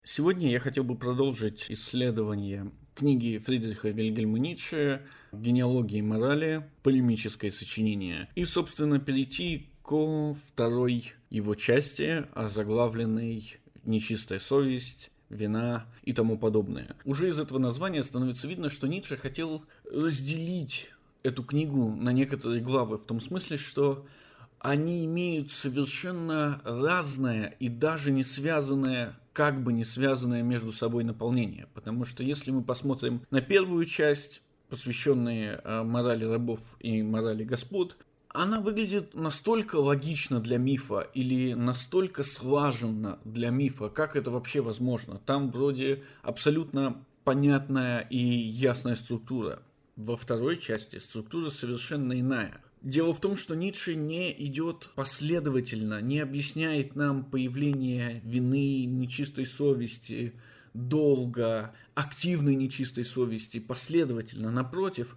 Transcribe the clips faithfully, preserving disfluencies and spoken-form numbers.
Сегодня я хотел бы продолжить исследование книги Фридриха Вильгельма Ницше «Генеалогия морали. Полемическое сочинение» и, собственно, перейти ко второй его части, озаглавленной «Нечистая совесть», вина и тому подобное. Уже из этого названия становится видно, что Ницше хотел разделить эту книгу на некоторые главы, в том смысле, что они имеют совершенно разное и даже не связанное, как бы не связанное между собой наполнение. Потому что если мы посмотрим на первую часть, посвященную морали рабов и морали господ, она выглядит настолько логично для мифа или настолько слаженно для мифа, как это вообще возможно. Там вроде абсолютно понятная и ясная структура. Во второй части структура совершенно иная. Дело в том, что Ницше не идет последовательно, не объясняет нам появление вины, нечистой совести, долга, активной нечистой совести последовательно. Напротив,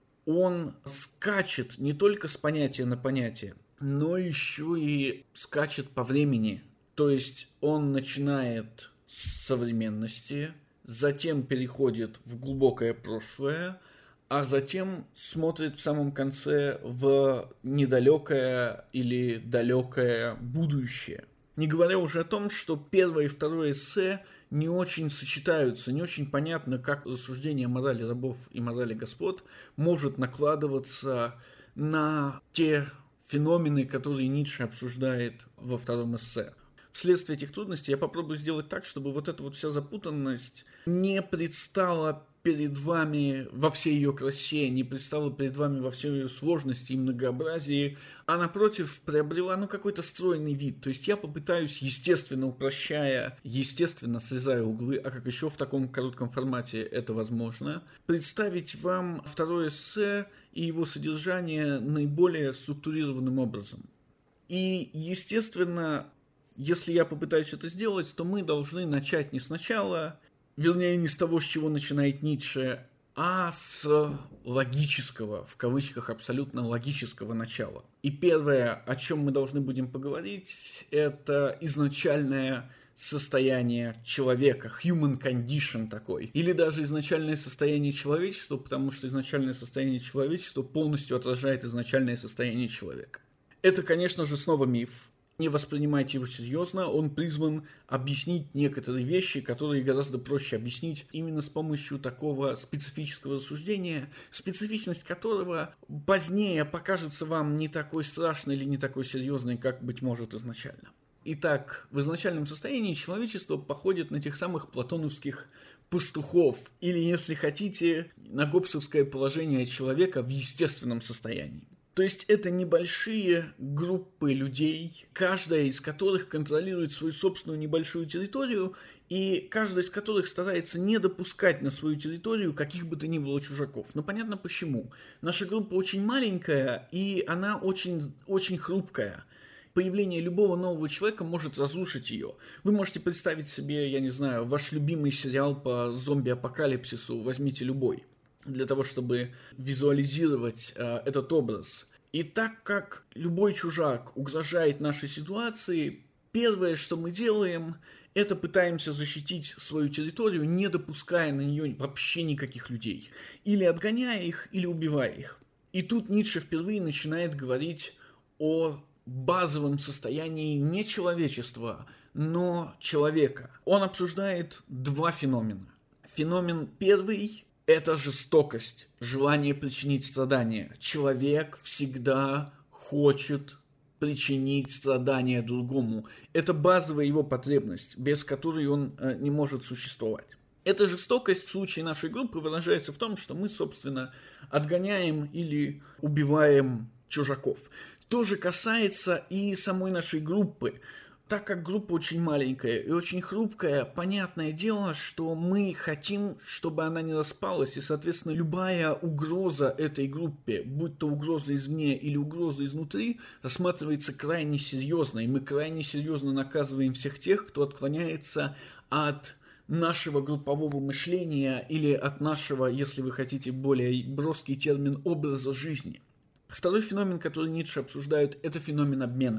он скачет не только с понятия на понятие, но еще и скачет по времени. То есть он начинает с современности, затем переходит в глубокое прошлое, а затем смотрит в самом конце в недалекое или далекое будущее. Не говоря уже о том, что первое и второе эссе не очень сочетаются, не очень понятно, как рассуждение морали рабов и морали господ может накладываться на те феномены, которые Ницше обсуждает во втором эссе. Вследствие этих трудностей я попробую сделать так, чтобы вот эта вот вся запутанность не предстала перед вами во всей ее красе, не предстала перед вами во всей ее сложности и многообразии, а напротив приобрела ну, какой-то стройный вид. То есть я попытаюсь, естественно упрощая, естественно срезая углы, а как еще в таком коротком формате это возможно, представить вам второе эссе и его содержание наиболее структурированным образом. И, естественно, если я попытаюсь это сделать, то мы должны начать не сначала, вернее, не с того, с чего начинает Ницше, а с логического, в кавычках, абсолютно логического начала. И первое, о чем мы должны будем поговорить, это изначальное состояние человека, human condition такой, или даже изначальное состояние человечества, потому что изначальное состояние человечества полностью отражает изначальное состояние человека. Это, конечно же, снова миф. Не воспринимайте его серьезно, он призван объяснить некоторые вещи, которые гораздо проще объяснить именно с помощью такого специфического рассуждения, специфичность которого позднее покажется вам не такой страшной или не такой серьезной, как, быть может, изначально. Итак, в изначальном состоянии человечество походит на тех самых платоновских пастухов, или, если хотите, на гоббсовское положение человека в естественном состоянии. То есть это небольшие группы людей, каждая из которых контролирует свою собственную небольшую территорию, и каждая из которых старается не допускать на свою территорию каких бы то ни было чужаков. Но понятно почему. Наша группа очень маленькая, и она очень, очень хрупкая. Появление любого нового человека может разрушить ее. Вы можете представить себе, я не знаю, ваш любимый сериал по зомби-апокалипсису, возьмите любой, для того, чтобы визуализировать э, этот образ. И так как любой чужак угрожает нашей ситуации, первое, что мы делаем, это пытаемся защитить свою территорию, не допуская на нее вообще никаких людей. Или отгоняя их, или убивая их. И тут Ницше впервые начинает говорить о базовом состоянии не человечества, но человека. Он обсуждает два феномена. Феномен первый – это жестокость, желание причинить страдания. Человек всегда хочет причинить страдания другому. Это базовая его потребность, без которой он э, не может существовать. Эта жестокость в случае нашей группы выражается в том, что мы, собственно, отгоняем или убиваем чужаков. То же касается и самой нашей группы. Так как группа очень маленькая и очень хрупкая, понятное дело, что мы хотим, чтобы она не распалась, и, соответственно, любая угроза этой группе, будь то угроза извне или угроза изнутри, рассматривается крайне серьезно, и мы крайне серьезно наказываем всех тех, кто отклоняется от нашего группового мышления или от нашего, если вы хотите более броский термин, образа жизни. Второй феномен, который Ницше обсуждает, это феномен обмена.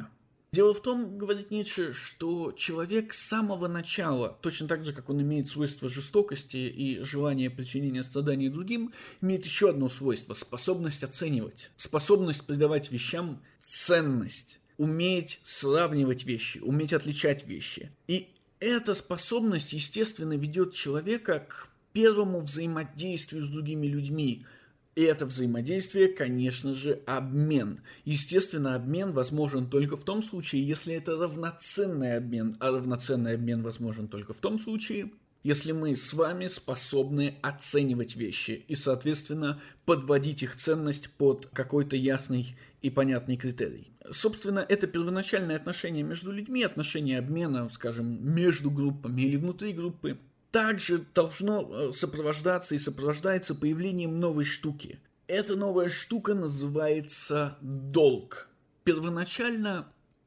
Дело в том, говорит Ницше, что человек с самого начала, точно так же, как он имеет свойство жестокости и желание причинения страданий другим, имеет еще одно свойство – способность оценивать, способность придавать вещам ценность, уметь сравнивать вещи, уметь отличать вещи. И эта способность, естественно, ведет человека к первому взаимодействию с другими людьми. И это взаимодействие, конечно же, обмен. Естественно, обмен возможен только в том случае, если это равноценный обмен, а равноценный обмен возможен только в том случае, если мы с вами способны оценивать вещи и, соответственно, подводить их ценность под какой-то ясный и понятный критерий. Собственно, это первоначальное отношение между людьми, отношение обмена, скажем, между группами или внутри группы, также должно сопровождаться и сопровождается появлением новой штуки. Эта новая штука называется долг. Первоначально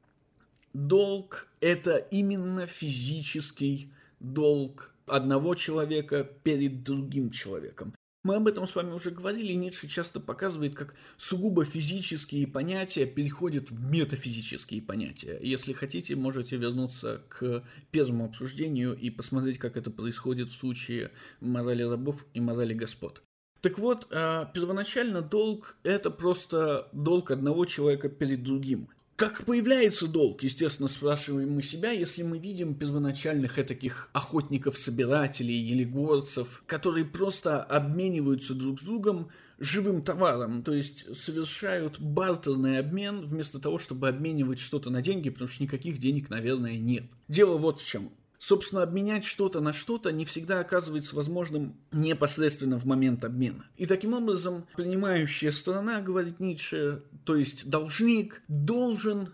долг – это именно физический долг одного человека перед другим человеком. Мы об этом с вами уже говорили, Ницше часто показывает, как сугубо физические понятия переходят в метафизические понятия. Если хотите, можете вернуться к первому обсуждению и посмотреть, как это происходит в случае морали рабов и морали господ. Так вот, первоначально долг – это просто долг одного человека перед другим. Как появляется долг, естественно, спрашиваем мы себя, если мы видим первоначальных этаких охотников-собирателей или горцев, которые просто обмениваются друг с другом живым товаром, то есть совершают бартерный обмен вместо того, чтобы обменивать что-то на деньги, потому что никаких денег, наверное, нет. Дело вот в чем. Собственно, обменять что-то на что-то не всегда оказывается возможным непосредственно в момент обмена. И таким образом, принимающая сторона, говорит Ницше, то есть должник, должен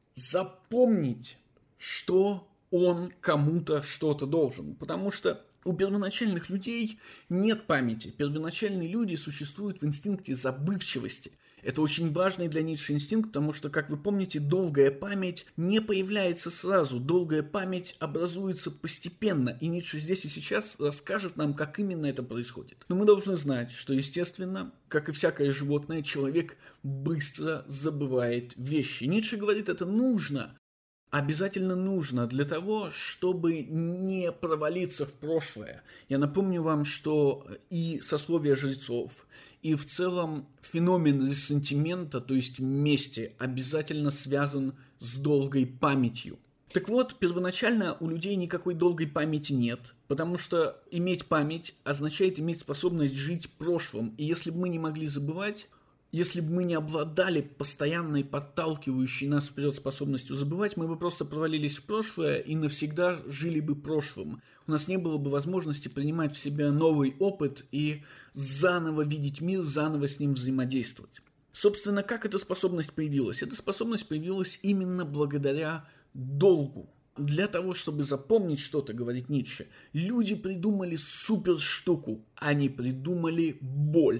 запомнить, что он кому-то что-то должен. Потому что у первоначальных людей нет памяти. Первоначальные люди существуют в инстинкте забывчивости. Это очень важный для Ницше инстинкт, потому что, как вы помните, долгая память не появляется сразу, долгая память образуется постепенно, и Ницше здесь и сейчас расскажет нам, как именно это происходит. Но мы должны знать, что, естественно, как и всякое животное, человек быстро забывает вещи. Ницше говорит, это нужно, обязательно нужно для того, чтобы не провалиться в прошлое. Я напомню вам, что и сословие жрецов, и в целом феномен рессентимента, то есть мести, обязательно связан с долгой памятью. Так вот, первоначально у людей никакой долгой памяти нет, потому что иметь память означает иметь способность жить прошлым. И если бы мы не могли забывать, если бы мы не обладали постоянной подталкивающей нас вперед способностью забывать, мы бы просто провалились в прошлое и навсегда жили бы прошлым. У нас не было бы возможности принимать в себя новый опыт и заново видеть мир, заново с ним взаимодействовать. Собственно, как эта способность появилась? Эта способность появилась именно благодаря долгу. Для того, чтобы запомнить что-то, говорит Ницше, люди придумали суперштуку. Они придумали боль.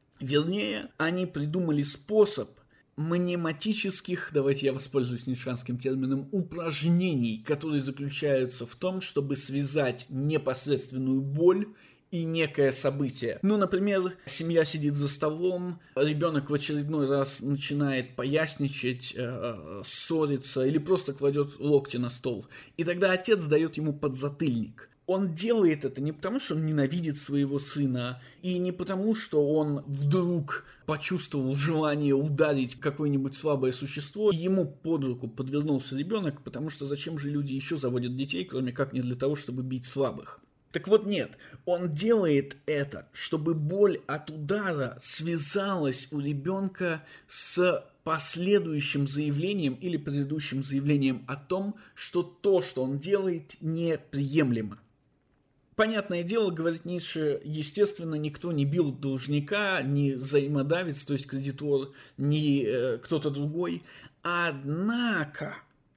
Вернее, они придумали способ мнематических, давайте я воспользуюсь ницшанским термином, упражнений, которые заключаются в том, чтобы связать непосредственную боль и некое событие. Ну, например, семья сидит за столом, ребенок в очередной раз начинает поясничать, э, ссориться или просто кладет локти на стол. И тогда отец дает ему подзатыльник. Он делает это не потому, что он ненавидит своего сына, и не потому, что он вдруг почувствовал желание ударить какое-нибудь слабое существо, и ему под руку подвернулся ребенок, потому что зачем же люди еще заводят детей, кроме как не для того, чтобы бить слабых. Так вот нет, он делает это, чтобы боль от удара связалась у ребенка с последующим заявлением или предыдущим заявлением о том, что то, что он делает, неприемлемо. Понятное дело, говорит Ницше, естественно, никто не бил должника, ни взаимодавец, то есть кредитор, ни э, кто-то другой. Однако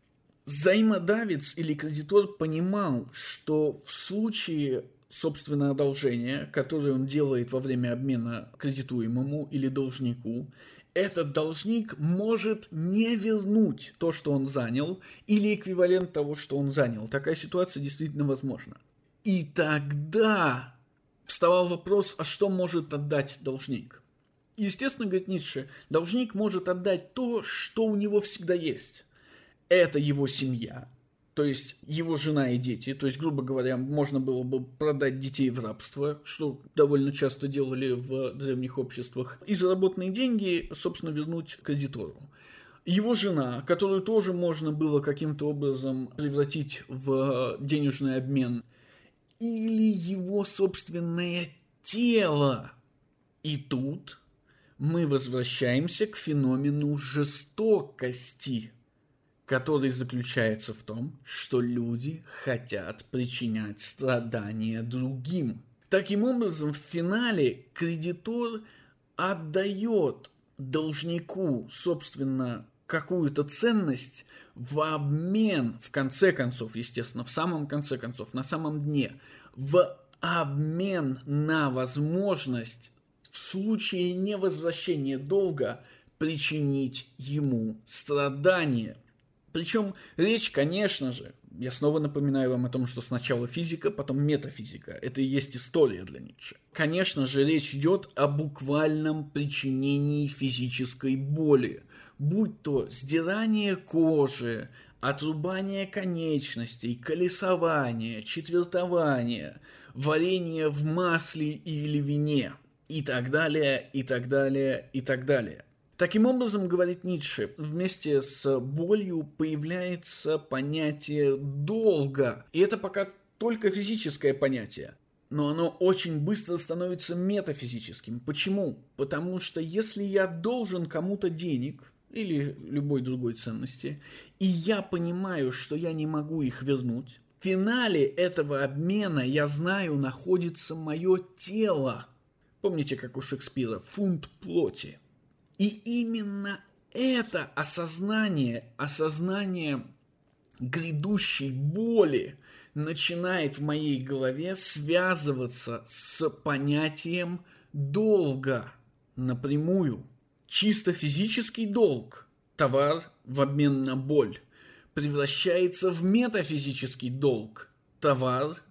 взаимодавец или кредитор понимал, что в случае, собственно, одолжения, которое он делает во время обмена кредитуемому или должнику, этот должник может не вернуть то, что он занял, или эквивалент того, что он занял. Такая ситуация действительно возможна. И тогда вставал вопрос, а что может отдать должник? Естественно, говорит Ницше, должник может отдать то, что у него всегда есть. это его семья, то есть его жена и дети, то есть, грубо говоря, можно было бы продать детей в рабство, что довольно часто делали в древних обществах, и заработанные деньги, собственно, вернуть кредитору. Его жена, которую тоже можно было каким-то образом превратить в денежный обмен, или его собственное тело. И тут мы возвращаемся к феномену жестокости, который заключается в том, что люди хотят причинять страдания другим. Таким образом, в финале кредитор отдает должнику, собственно, какую-то ценность в обмен, в конце концов, естественно, в самом конце концов, на самом дне, в обмен на возможность в случае невозвращения долга причинить ему страдания. Причем речь, конечно же, я снова напоминаю вам о том, что сначала физика, потом метафизика. Это и есть история для Ницше. Конечно же, речь идет о буквальном причинении физической боли, будь то сдирание кожи, отрубание конечностей, колесование, четвертование, варенье в масле или вине и так далее, и так далее, и так далее. Таким образом, говорит Ницше, вместе с болью появляется понятие долга. И это пока только физическое понятие. Но оно очень быстро становится метафизическим. Почему? Потому что если я должен кому-то денег или любой другой ценности, и я понимаю, что я не могу их вернуть, в финале этого обмена, я знаю, находится мое тело. Помните, как у Шекспира, фунт плоти. И именно это осознание, осознание грядущей боли начинает в моей голове связываться с понятием долга напрямую. Чисто физический долг, товар в обмен на боль, превращается в метафизический долг, товар,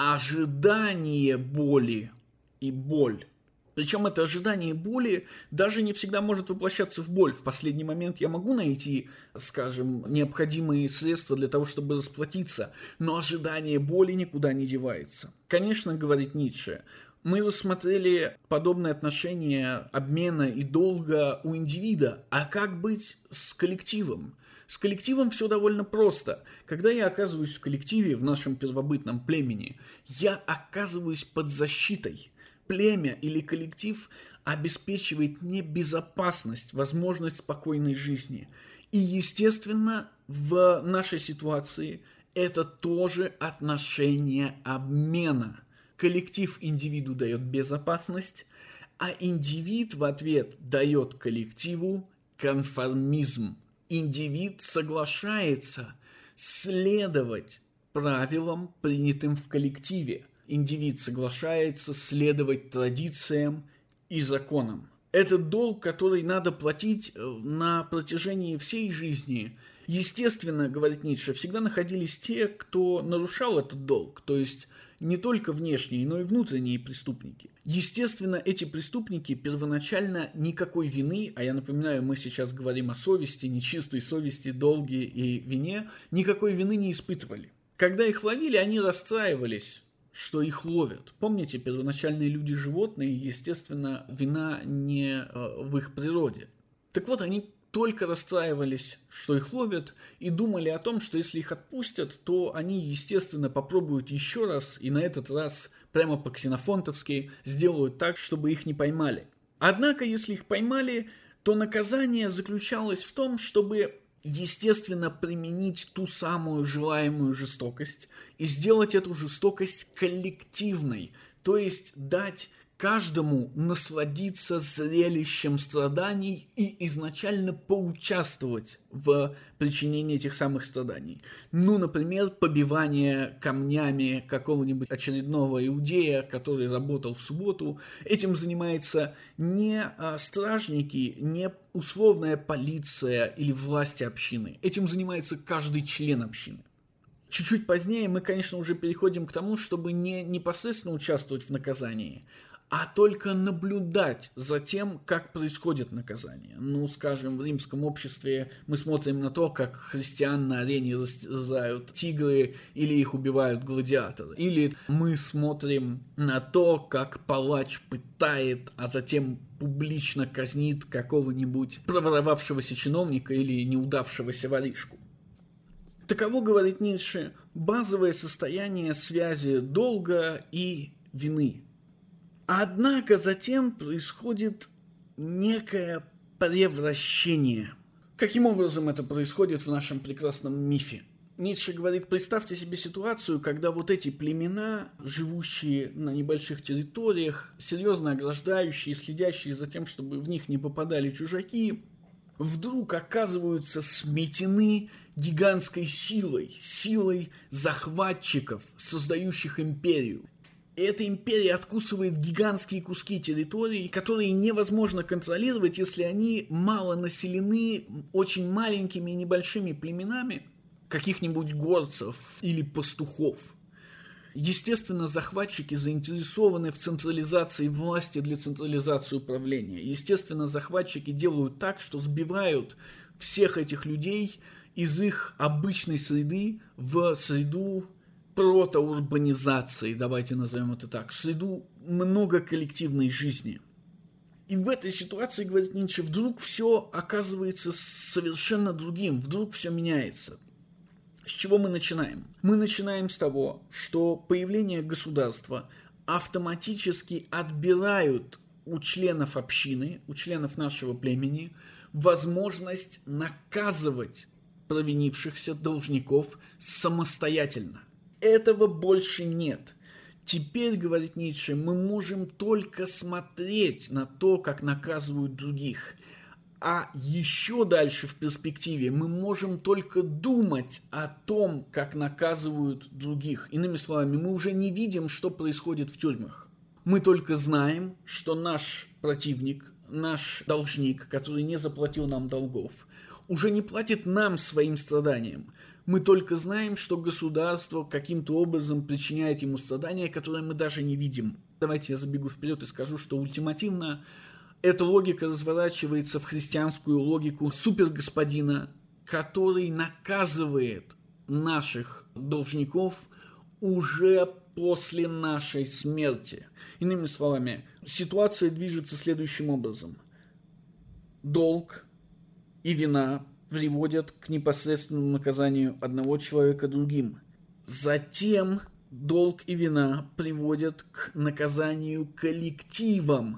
ожидание боли и боль. Причем это ожидание боли даже не всегда может воплощаться в боль. В последний момент я могу найти, скажем, необходимые средства для того, чтобы расплатиться, но ожидание боли никуда не девается. Конечно, говорит Ницше, мы рассмотрели подобное отношение обмена и долга у индивида. А как быть с коллективом? С коллективом все довольно просто. Когда я оказываюсь в коллективе, в нашем первобытном племени, я оказываюсь под защитой. Племя или коллектив обеспечивает мне безопасность, возможность спокойной жизни. И, естественно, в нашей ситуации это тоже отношение обмена. Коллектив индивиду дает безопасность, а индивид в ответ дает коллективу конформизм. Индивид соглашается следовать правилам, принятым в коллективе. Индивид соглашается следовать традициям и законам. Это долг, который надо платить на протяжении всей жизни. Естественно, говорит Ницше, всегда находились те, кто нарушал этот долг, то есть не только внешние, но и внутренние преступники. Естественно, эти преступники первоначально никакой вины, а я напоминаю, мы сейчас говорим о совести, нечистой совести, долге и вине, никакой вины не испытывали. Когда их ловили, они расстраивались, что их ловят. Помните, первоначальные люди-животные, естественно, вина не в их природе. Так вот, они только расстраивались, что их ловят, и думали о том, что если их отпустят, то они, естественно, попробуют еще раз, и на этот раз прямо по-ксенофонтовски сделают так, чтобы их не поймали. Однако, если их поймали, то наказание заключалось в том, чтобы, естественно, применить ту самую желаемую жестокость и сделать эту жестокость коллективной, то есть дать каждому насладиться зрелищем страданий и изначально поучаствовать в причинении этих самых страданий. Ну, например, побивание камнями какого-нибудь очередного иудея, который работал в субботу. Этим занимается не стражники, не условная полиция или власти общины. Этим занимается каждый член общины. Чуть-чуть позднее мы, конечно, уже переходим к тому, чтобы не непосредственно участвовать в наказании, а только наблюдать за тем, как происходит наказание. Ну, скажем, в римском обществе мы смотрим на то, как христиан на арене растерзают тигры или их убивают гладиаторы. Или мы смотрим на то, как палач пытает, а затем публично казнит какого-нибудь проворовавшегося чиновника или неудавшегося воришку. Таково, говорит Ницше, базовое состояние связи долга и вины. Однако затем происходит некое превращение. Каким образом это происходит в нашем прекрасном мифе? Ницше говорит, представьте себе ситуацию, когда вот эти племена, живущие на небольших территориях, серьезно ограждающие, следящие за тем, чтобы в них не попадали чужаки, вдруг оказываются сметены гигантской силой, силой захватчиков, создающих империю. Эта империя откусывает гигантские куски территорий, которые невозможно контролировать, если они мало населены очень маленькими и небольшими племенами каких-нибудь горцев или пастухов. Естественно, захватчики заинтересованы в централизации власти для централизации управления. Естественно, захватчики делают так, что сбивают всех этих людей из их обычной среды в среду протоурбанизации, давайте назовем это так, в среду многоколлективной жизни. И в этой ситуации, говорит Ницше, вдруг все оказывается совершенно другим, вдруг все меняется. С чего мы начинаем? Мы начинаем с того, что появление государства автоматически отбирают у членов общины, у членов нашего племени возможность наказывать провинившихся должников самостоятельно. Этого больше нет. Теперь, говорит Ницше, мы можем только смотреть на то, как наказывают других. А еще дальше в перспективе мы можем только думать о том, как наказывают других. Иными словами, мы уже не видим, что происходит в тюрьмах. Мы только знаем, что наш противник, наш должник, который не заплатил нам долгов, уже не платит нам своим страданиям. Мы только знаем, что государство каким-то образом причиняет ему страдания, которые мы даже не видим. Давайте я забегу вперед и скажу, что ультимативно эта логика разворачивается в христианскую логику супергосподина, который наказывает наших должников уже после нашей смерти. Иными словами, ситуация движется следующим образом. Долг и вина приводят к непосредственному наказанию одного человека другим. Затем долг и вина приводят к наказанию коллективам.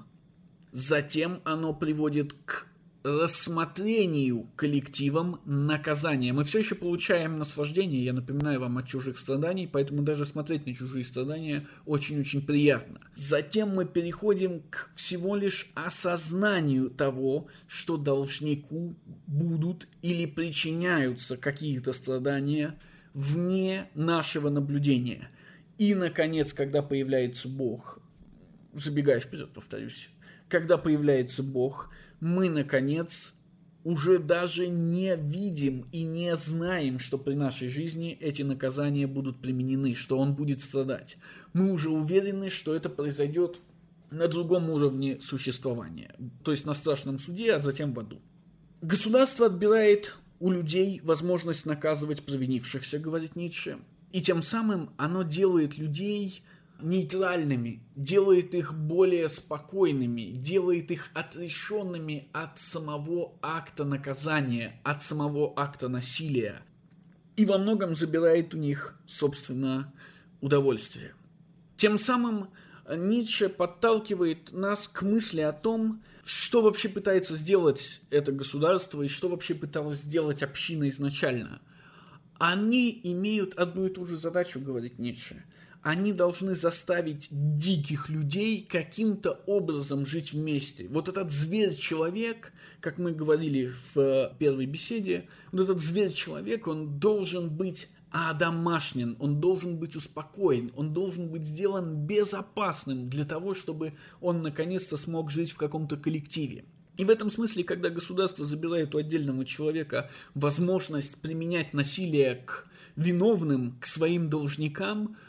Затем оно приводит к рассмотрению коллективом наказания. Мы все еще получаем наслаждение, я напоминаю вам, от чужих страданий, поэтому даже смотреть на чужие страдания очень-очень приятно. Затем мы переходим к всего лишь осознанию того, что должнику будут или причиняются какие-то страдания вне нашего наблюдения. И, наконец, когда появляется Бог, забегая вперед, повторюсь, когда появляется Бог, мы, наконец, уже даже не видим и не знаем, что при нашей жизни эти наказания будут применены, что он будет страдать. Мы уже уверены, что это произойдет на другом уровне существования, то есть на страшном суде, а затем в аду. Государство отбирает у людей возможность наказывать провинившихся, говорит Ницше, и тем самым оно делает людей нейтральными, делает их более спокойными, делает их отрешенными от самого акта наказания, от самого акта насилия, и во многом забирает у них, собственно, удовольствие. Тем самым Ницше подталкивает нас к мысли о том, что вообще пытается сделать это государство и что вообще пыталась сделать община изначально. Они имеют одну и ту же задачу, говорит Ницше. Они должны заставить диких людей каким-то образом жить вместе. Вот этот зверь-человек, как мы говорили в первой беседе, вот этот зверь-человек, он должен быть одомашнен, он должен быть успокоен, он должен быть сделан безопасным для того, чтобы он наконец-то смог жить в каком-то коллективе. И в этом смысле, когда государство забирает у отдельного человека возможность применять насилие к виновным, к своим должникам,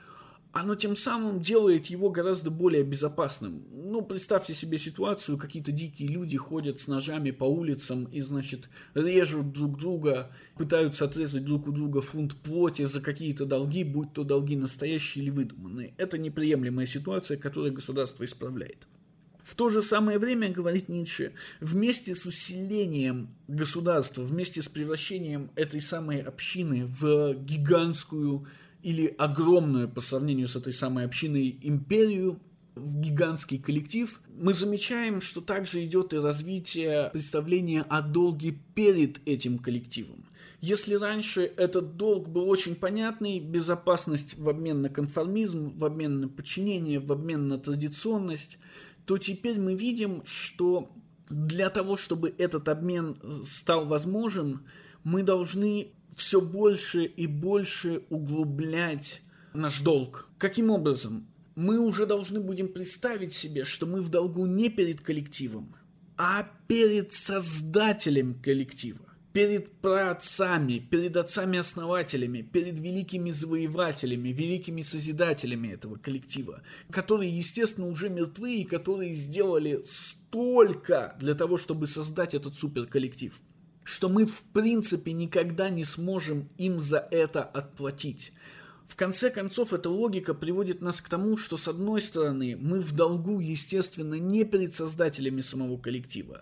оно тем самым делает его гораздо более безопасным. Ну, представьте себе ситуацию, какие-то дикие люди ходят с ножами по улицам и, значит, режут друг друга, пытаются отрезать друг у друга фунт плоти за какие-то долги, будь то долги настоящие или выдуманные. Это неприемлемая ситуация, которую государство исправляет. В то же самое время, говорит Ницше, вместе с усилением государства, вместе с превращением этой самой общины в гигантскую или огромную по сравнению с этой самой общиной империю, в гигантский коллектив, мы замечаем, что также идет и развитие представления о долге перед этим коллективом. Если раньше этот долг был очень понятный, безопасность в обмен на конформизм, в обмен на подчинение, в обмен на традиционность, то теперь мы видим, что для того, чтобы этот обмен стал возможен, мы должны все больше и больше углублять наш долг. Каким образом? Мы уже должны будем представить себе, что мы в долгу не перед коллективом, а перед создателем коллектива. Перед праотцами, перед отцами-основателями, перед великими завоевателями, великими созидателями этого коллектива, которые, естественно, уже мертвы и которые сделали столько для того, чтобы создать этот суперколлектив, что мы, в принципе, никогда не сможем им за это отплатить. В конце концов, эта логика приводит нас к тому, что, с одной стороны, мы в долгу, естественно, не перед создателями самого коллектива,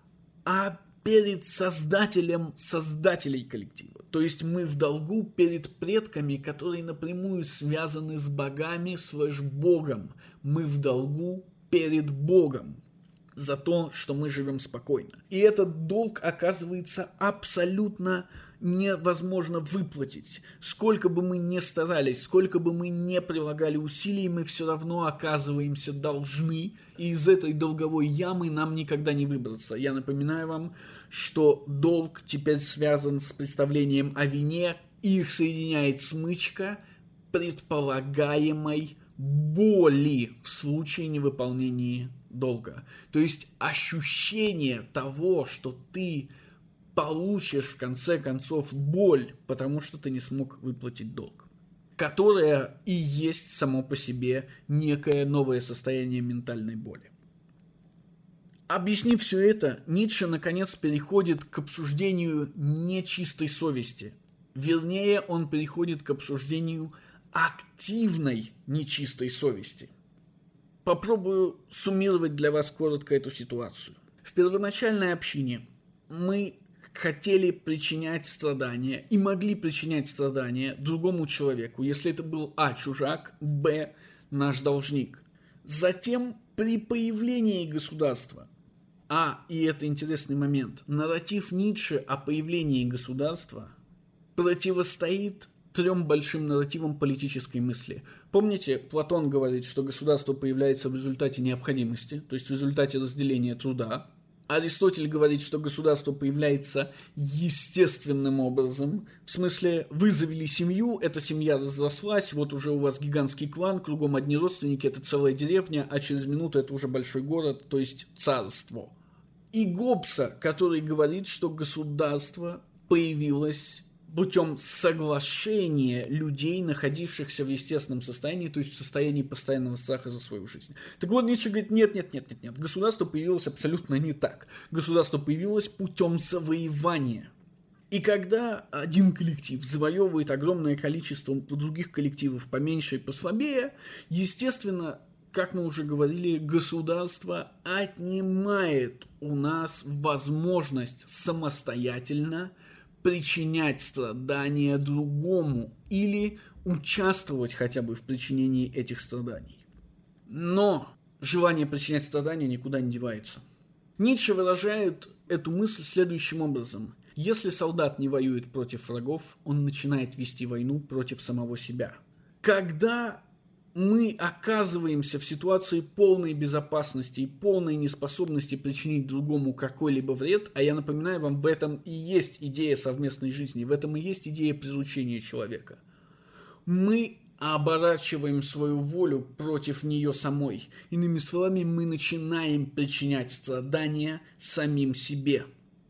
а перед создателем создателей коллектива. То есть мы в долгу перед предками, которые напрямую связаны с богами, слэш Богом. Мы в долгу перед Богом за то, что мы живем спокойно. И этот долг оказывается абсолютно невозможно выплатить. Сколько бы мы ни старались, сколько бы мы ни прилагали усилий, мы все равно оказываемся должны, и из этой долговой ямы нам никогда не выбраться. Я напоминаю вам, что долг теперь связан с представлением о вине, их соединяет смычка предполагаемой боли в случае невыполнения долга. То есть ощущение того, что ты получишь в конце концов боль, потому что ты не смог выплатить долг, которое и есть само по себе некое новое состояние ментальной боли. Объяснив все это, Ницше наконец переходит к обсуждению нечистой совести. Вернее, он переходит к обсуждению активной нечистой совести. Попробую суммировать для вас коротко эту ситуацию. В первоначальной общине мы хотели причинять страдания и могли причинять страдания другому человеку, если это был а. чужак, б. наш должник. Затем при появлении государства, а, и это интересный момент, нарратив Ницше о появлении государства противостоит трем большим нарративам политической мысли. Помните, Платон говорит, что государство появляется в результате необходимости, то есть в результате разделения труда. Аристотель говорит, что государство появляется естественным образом. В смысле, вы завели семью, эта семья разрослась, вот уже у вас гигантский клан, кругом одни родственники, это целая деревня, а через минуту это уже большой город, то есть царство. И Гоббса, который говорит, что государство появилось путем соглашения людей, находившихся в естественном состоянии, то есть в состоянии постоянного страха за свою жизнь. Так вот, Ницше говорит, нет, нет, нет, нет, нет, государство появилось абсолютно не так. Государство появилось путем завоевания. И когда один коллектив завоевывает огромное количество других коллективов поменьше и послабее, естественно, как мы уже говорили, государство отнимает у нас возможность самостоятельно причинять страдания другому или участвовать хотя бы в причинении этих страданий. Но желание причинять страдания никуда не девается. Ницше выражает эту мысль следующим образом. Если солдат не воюет против врагов, он начинает вести войну против самого себя. Когда мы оказываемся в ситуации полной безопасности и полной неспособности причинить другому какой-либо вред, а я напоминаю вам, в этом и есть идея совместной жизни, в этом и есть идея приручения человека. Мы оборачиваем свою волю против нее самой. Иными словами, мы начинаем причинять страдания самим себе.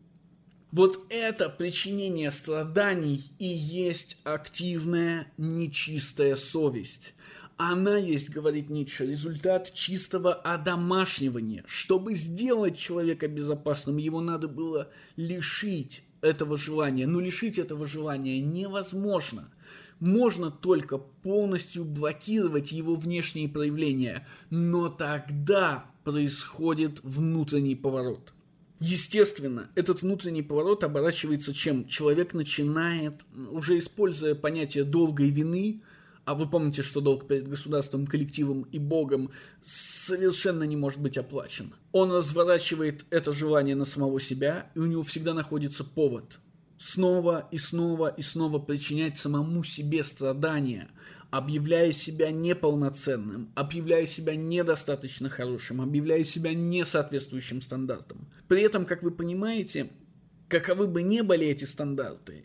Вот это причинение страданий и есть активная нечистая совесть. Она есть, говорит Ницше, результат чистого одомашнивания. Чтобы сделать человека безопасным, его надо было лишить этого желания. Но лишить этого желания невозможно. Можно только полностью блокировать его внешние проявления. Но тогда происходит внутренний поворот. Естественно, этот внутренний поворот оборачивается чем? Человек начинает, уже используя понятие долга и вины, а вы помните, что долг перед государством, коллективом и Богом совершенно не может быть оплачен. Он разворачивает это желание на самого себя, и у него всегда находится повод снова и снова и снова причинять самому себе страдания, объявляя себя неполноценным, объявляя себя недостаточно хорошим, объявляя себя несоответствующим стандартам. При этом, как вы понимаете, каковы бы ни были эти стандарты,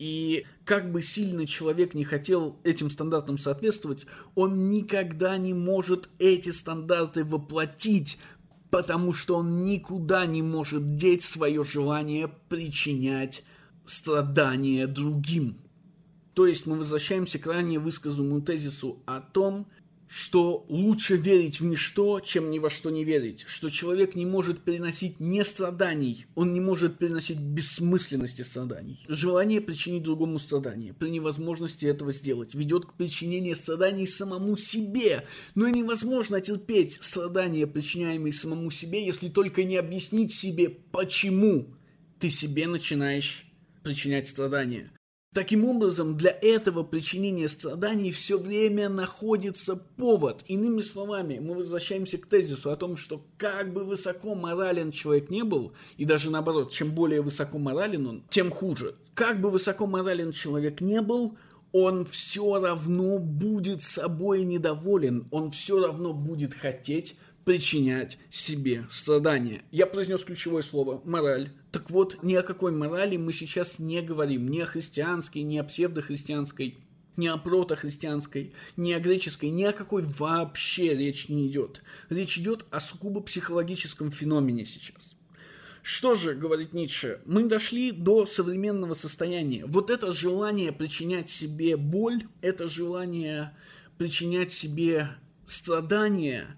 и как бы сильно человек не хотел этим стандартам соответствовать, он никогда не может эти стандарты воплотить, потому что он никуда не может деть свое желание причинять страдания другим. То есть мы возвращаемся к ранее высказанному тезису о том, что лучше верить в ничто, чем ни во что не верить, что человек не может переносить не страданий, он не может переносить бессмысленности страданий. Желание причинить другому страдание при невозможности этого сделать ведет к причинению страданий самому себе, но невозможно терпеть страдания, причиняемые самому себе, если только не объяснить себе, почему ты себе начинаешь причинять страдания. Таким образом, для этого причинения страданий все время находится повод. Иными словами, мы возвращаемся к тезису о том, что как бы высоко морален человек не был, и даже наоборот, чем более высоко морален он, тем хуже. Как бы высоко морален человек не был, он все равно будет собой недоволен, он все равно будет хотеть причинять себе страдания. Я произнес ключевое слово «мораль». Так вот, ни о какой морали мы сейчас не говорим. Ни о христианской, ни о псевдохристианской, ни о протохристианской, ни о греческой, ни о какой вообще речь не идет. Речь идет о сугубо психологическом феномене сейчас. Что же, говорит Ницше, мы дошли до современного состояния. Вот это желание причинять себе боль, это желание причинять себе страдания,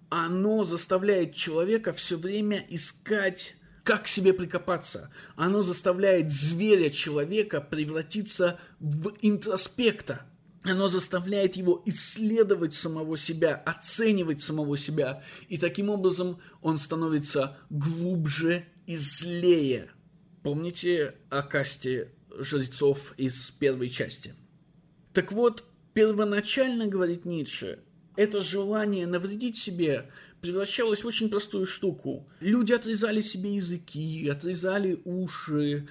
оно заставляет человека все время искать, как к себе прикопаться. Оно заставляет зверя человека превратиться в интроспекта. Оно заставляет его исследовать самого себя, оценивать самого себя. И таким образом он становится глубже и злее. Помните о касте жрецов из первой части? Так вот, первоначально, говорит Ницше, это желание навредить себе превращалось в очень простую штуку. Люди отрезали себе языки, отрезали уши,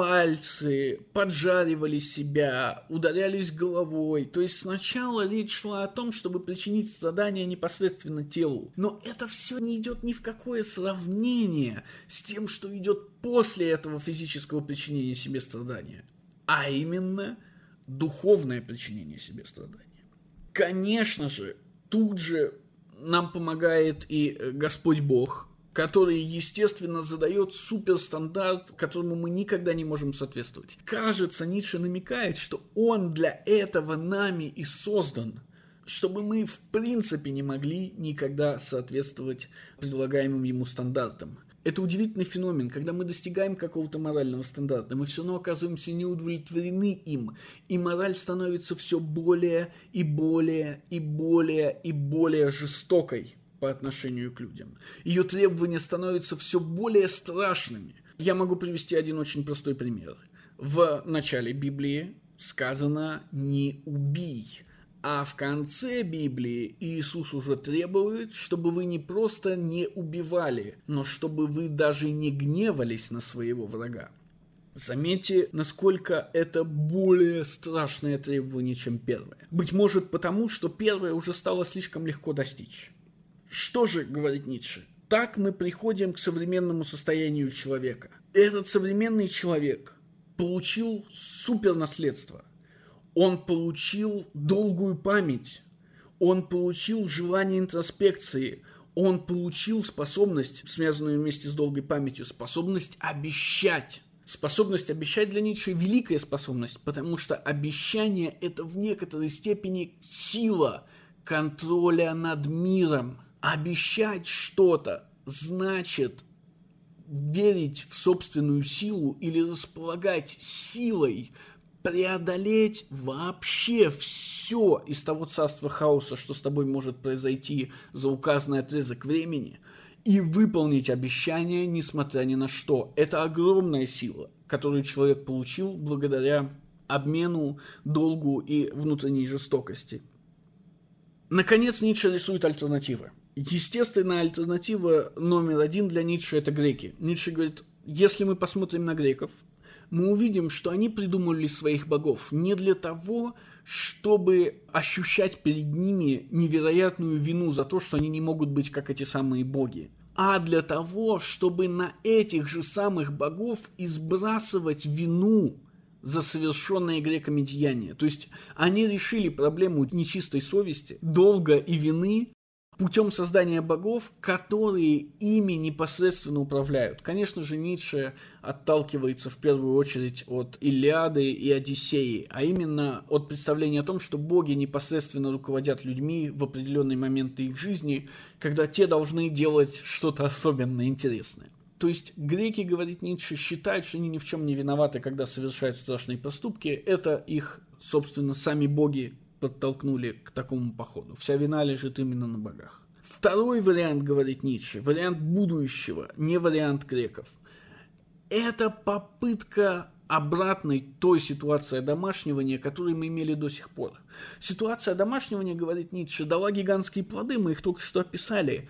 пальцы, поджаривали себя, ударялись головой. То есть сначала речь шла о том, чтобы причинить страдания непосредственно телу. Но это все не идет ни в какое сравнение с тем, что идет после этого физического причинения себе страдания. А именно духовное причинение себе страдания. Конечно же, тут же нам помогает и Господь Бог, который, естественно, задает суперстандарт, которому мы никогда не можем соответствовать. Кажется, Ницше намекает, что он для этого нами и создан, чтобы мы в принципе не могли никогда соответствовать предлагаемым ему стандартам. Это удивительный феномен, когда мы достигаем какого-то морального стандарта, мы все равно оказываемся неудовлетворены им, и мораль становится все более и более и более и более жестокой по отношению к людям. Ее требования становятся все более страшными. Я могу привести один очень простой пример. В начале Библии сказано «не убий». А в конце Библии Иисус уже требует, чтобы вы не просто не убивали, но чтобы вы даже не гневались на своего врага. Заметьте, насколько это более страшное требование, чем первое. Быть может потому, что первое уже стало слишком легко достичь. Что же, говорит Ницше, так мы приходим к современному состоянию человека. Этот современный человек получил супернаследство. Он получил долгую память, он получил желание интроспекции, он получил способность, связанную вместе с долгой памятью, способность обещать. Способность обещать для Ницше – великая способность, потому что обещание – это в некоторой степени сила, контроля над миром. Обещать что-то значит верить в собственную силу или располагать силой, преодолеть вообще все из того царства хаоса, что с тобой может произойти за указанный отрезок времени, и выполнить обещание, несмотря ни на что. Это огромная сила, которую человек получил благодаря обмену, долгу и внутренней жестокости. Наконец, Ницше рисует альтернативы. Естественная альтернатива номер один для Ницше – это греки. Ницше говорит, если мы посмотрим на греков, мы увидим, что они придумали своих богов не для того, чтобы ощущать перед ними невероятную вину за то, что они не могут быть как эти самые боги, а для того, чтобы на этих же самых богов избрасывать вину за совершенные греками деяния. То есть они решили проблему нечистой совести, долга и вины путем создания богов, которые ими непосредственно управляют. Конечно же, Ницше отталкивается в первую очередь от Илиады и Одиссеи, а именно от представления о том, что боги непосредственно руководят людьми в определенные моменты их жизни, когда те должны делать что-то особенно интересное. То есть греки, говорит Ницше, считают, что они ни в чем не виноваты, когда совершают страшные поступки. Это их, собственно, сами боги подтолкнули к такому походу. Вся вина лежит именно на богах. Второй вариант, говорит Ницше, вариант будущего, не вариант греков. Это попытка обратной той ситуации одомашнивания, которую мы имели до сих пор. Ситуация одомашнивания, говорит Ницше, дала гигантские плоды, мы их только что описали,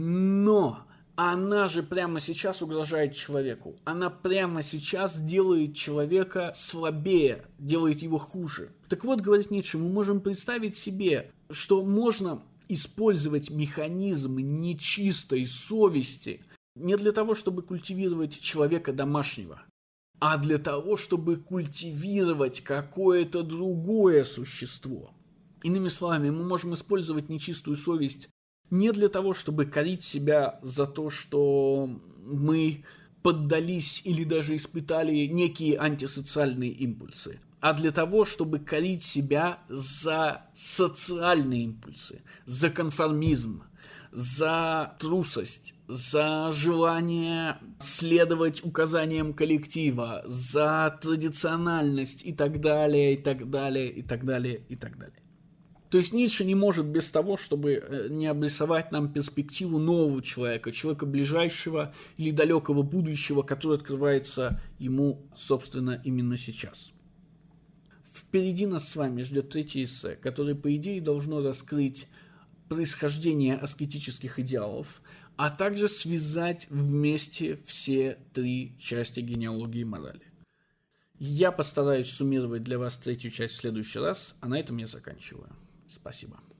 но она же прямо сейчас угрожает человеку. Она прямо сейчас делает человека слабее, делает его хуже. Так вот, говорит Ницше, мы можем представить себе, что можно использовать механизм нечистой совести не для того, чтобы культивировать человека домашнего, а для того, чтобы культивировать какое-то другое существо. Иными словами, мы можем использовать нечистую совесть не для того, чтобы корить себя за то, что мы поддались или даже испытали некие антисоциальные импульсы, а для того, чтобы корить себя за социальные импульсы, за конформизм, за трусость, за желание следовать указаниям коллектива, за традициональность и так далее, и так далее, и так далее, и так далее. То есть Ницше не может без того, чтобы не обрисовать нам перспективу нового человека, человека ближайшего или далекого будущего, который открывается ему, собственно, именно сейчас. Впереди нас с вами ждет третье эссе, которое, по идее, должно раскрыть происхождение аскетических идеалов, а также связать вместе все три части генеалогии морали. Я постараюсь суммировать для вас третью часть в следующий раз, а на этом я заканчиваю. Спасибо.